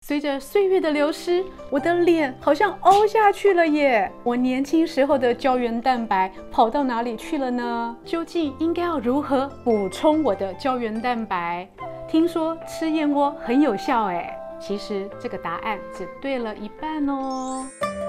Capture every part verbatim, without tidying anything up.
随着岁月的流失，我的脸好像凹下去了耶！我年轻时候的胶原蛋白跑到哪里去了呢？究竟应该要如何补充我的胶原蛋白？听说吃燕窝很有效哎，其实这个答案只对了一半哦。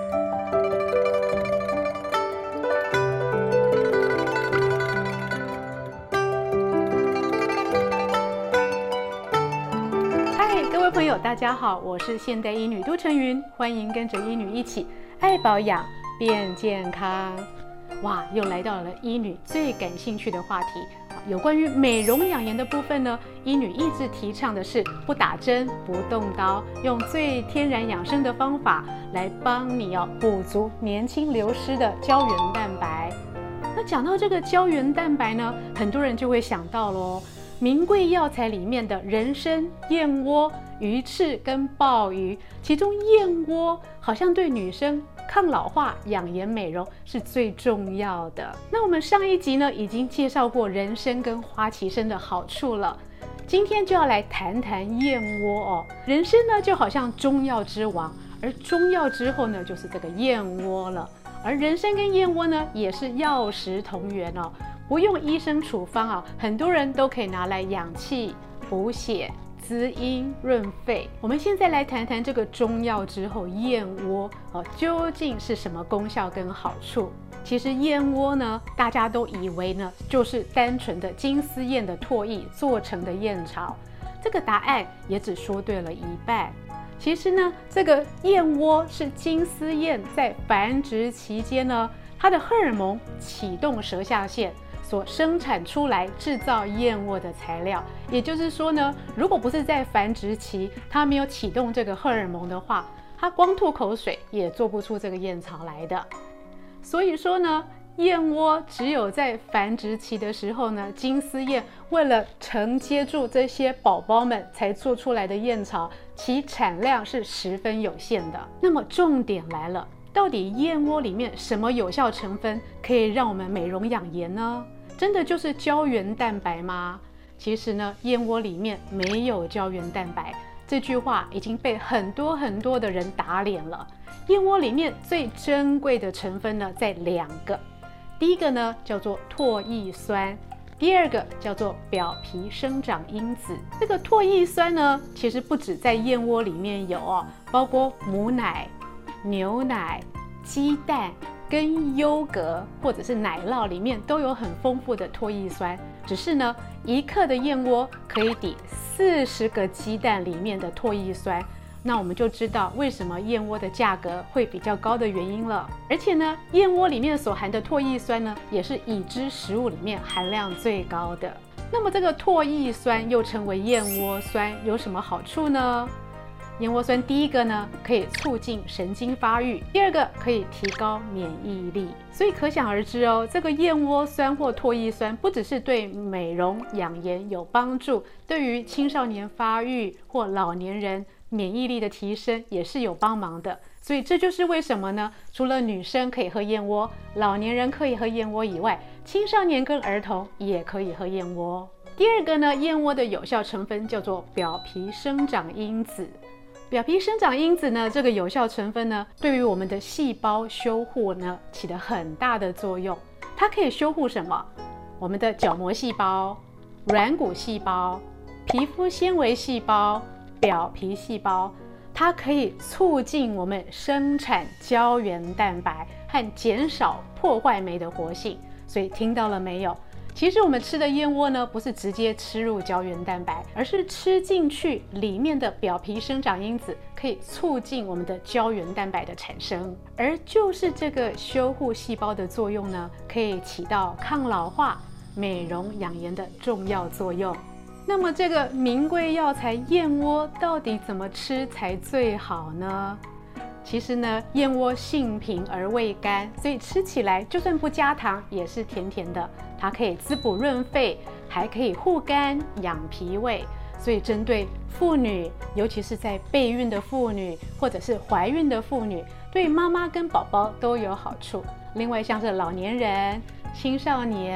各位朋友，大家好，我是现代医女杜成云，欢迎跟着医女一起爱保养变健康。哇，又来到了医女最感兴趣的话题，有关于美容养颜的部分呢。医女一直提倡的是不打针、不动刀，用最天然养生的方法来帮你哦补足年轻流失的胶原蛋白。那讲到这个胶原蛋白呢，很多人就会想到咯。名贵药材里面的人参、燕窝、鱼翅跟鲍鱼，其中燕窝好像对女生抗老化、养颜美容是最重要的。那我们上一集呢已经介绍过人参跟花旗参的好处了，今天就要来谈谈燕窝哦。人参呢就好像中药之王，而中药之后呢就是这个燕窝了。而人参跟燕窝呢也是药食同源哦。不用医生处方啊，很多人都可以拿来养气、补血、滋阴、润肺。我们现在来谈谈这个中药之后燕窝哦，究竟是什么功效跟好处？其实燕窝呢，大家都以为呢就是单纯的金丝燕的唾液做成的燕巢，这个答案也只说对了一半。其实呢，这个燕窝是金丝燕在繁殖期间呢，它的荷尔蒙启动舌下腺。所生产出来制造燕窝的材料，也就是说呢，如果不是在繁殖期，它没有启动这个荷尔蒙的话，它光吐口水也做不出这个燕巢来的。所以说呢，燕窝只有在繁殖期的时候呢，金丝燕为了承接住这些宝宝们才做出来的燕巢，其产量是十分有限的。那么重点来了，到底燕窝里面什么有效成分可以让我们美容养颜呢？真的就是胶原蛋白吗？其实呢，燕窝里面没有胶原蛋白，这句话已经被很多很多的人打脸了。燕窝里面最珍贵的成分呢，在两个，第一个呢叫做唾液酸，第二个叫做表皮生长因子。这个唾液酸呢，其实不止在燕窝里面有哦，包括母奶、牛奶、鸡蛋跟优格或者是奶酪里面都有很丰富的唾液酸，只是呢，一克的燕窝可以抵四十个鸡蛋里面的唾液酸，那我们就知道为什么燕窝的价格会比较高的原因了。而且呢，燕窝里面所含的唾液酸呢，也是已知食物里面含量最高的。那么这个唾液酸又称为燕窝酸，有什么好处呢？燕窝酸第一个呢，可以促进神经发育；第二个可以提高免疫力。所以可想而知哦，这个燕窝酸或唾液酸不只是对美容养颜有帮助，对于青少年发育或老年人免疫力的提升也是有帮忙的。所以这就是为什么呢，除了女生可以喝燕窝，老年人可以喝燕窝以外，青少年跟儿童也可以喝燕窝。第二个呢，燕窝的有效成分叫做表皮生长因子。表皮生长因子呢，这个有效成分呢，对于我们的细胞修护呢，起了很大的作用。它可以修护什么？我们的角膜细胞、软骨细胞、皮肤纤维细胞、表皮细胞，它可以促进我们生产胶原蛋白和减少破坏酶的活性。所以听到了没有？其实我们吃的燕窝呢，不是直接吃入胶原蛋白，而是吃进去里面的表皮生长因子，可以促进我们的胶原蛋白的产生。而就是这个修护细胞的作用呢，可以起到抗老化、美容养颜的重要作用。那么这个名贵药材燕窝到底怎么吃才最好呢？其实呢，燕窝性平而味甘，所以吃起来就算不加糖也是甜甜的。它可以滋补润肺，还可以护肝养脾胃，所以针对妇女，尤其是在备孕的妇女或者是怀孕的妇女，对妈妈跟宝宝都有好处。另外像是老年人、青少年、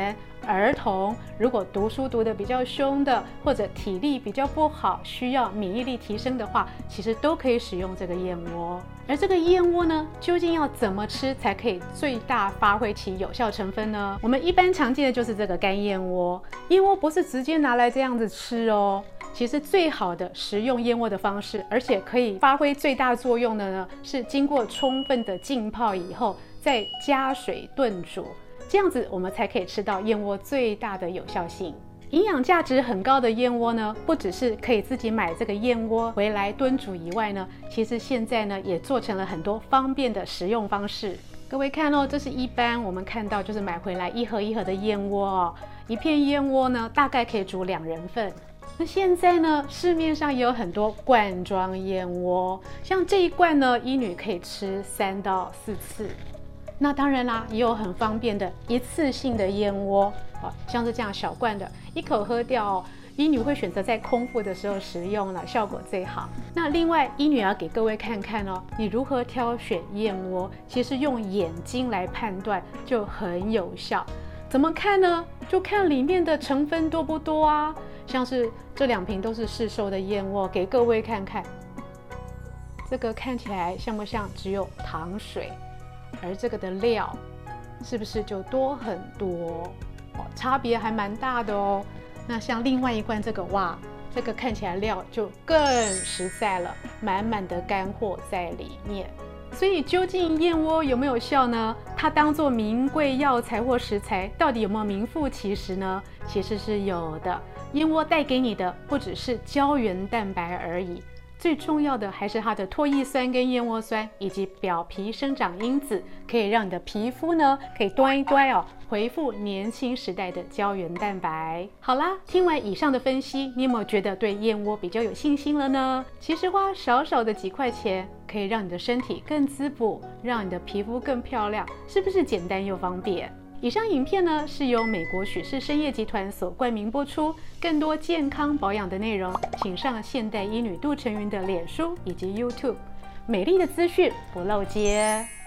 儿童如果读书读得比较凶的，或者体力比较不好，需要免疫力提升的话，其实都可以使用这个燕窝。而这个燕窝呢，究竟要怎么吃才可以最大发挥其有效成分呢？我们一般常见的就是这个干燕窝。燕窝不是直接拿来这样子吃哦，其实最好的食用燕窝的方式，而且可以发挥最大作用的呢，是经过充分的浸泡以后，再加水炖煮，这样子我们才可以吃到燕窝最大的有效性。营养价值很高的燕窝呢，不只是可以自己买这个燕窝回来炖煮以外呢，其实现在呢也做成了很多方便的食用方式。各位看哦，这是一般我们看到就是买回来一盒一盒的燕窝哦，一片燕窝呢大概可以煮两人份。那现在呢，市面上也有很多罐装燕窝，像这一罐呢，医女可以吃三到四次。那当然啦，也有很方便的一次性的燕窝，啊，像是这样小罐的，一口喝掉哦。医女会选择在空腹的时候食用了，效果最好。那另外，医女要给各位看看哦，你如何挑选燕窝，其实用眼睛来判断就很有效。怎么看呢？就看里面的成分多不多啊。像是这两瓶都是市售的燕窝，给各位看看，这个看起来像不像只有糖水？而这个的料是不是就多很多哦？差别还蛮大的哦。那像另外一罐这个，哇，这个看起来料就更实在了，满满的干货在里面。所以究竟燕窝有没有效呢？它当作名贵药材或食材，到底有没有名副其实呢？其实是有的。燕窝带给你的不只是胶原蛋白而已。最重要的还是它的唾液酸跟燕窝酸，以及表皮生长因子，可以让你的皮肤呢，可以端一端哦，恢复年轻时代的胶原蛋白。好啦，听完以上的分析，你有没有觉得对燕窝比较有信心了呢？其实花少少的几块钱，可以让你的身体更滋补，让你的皮肤更漂亮，是不是简单又方便？以上影片呢是由美国许氏参业集团所冠名播出。更多健康保养的内容，请上现代医女杜成云的脸书以及 YouTube。美丽的资讯不漏接。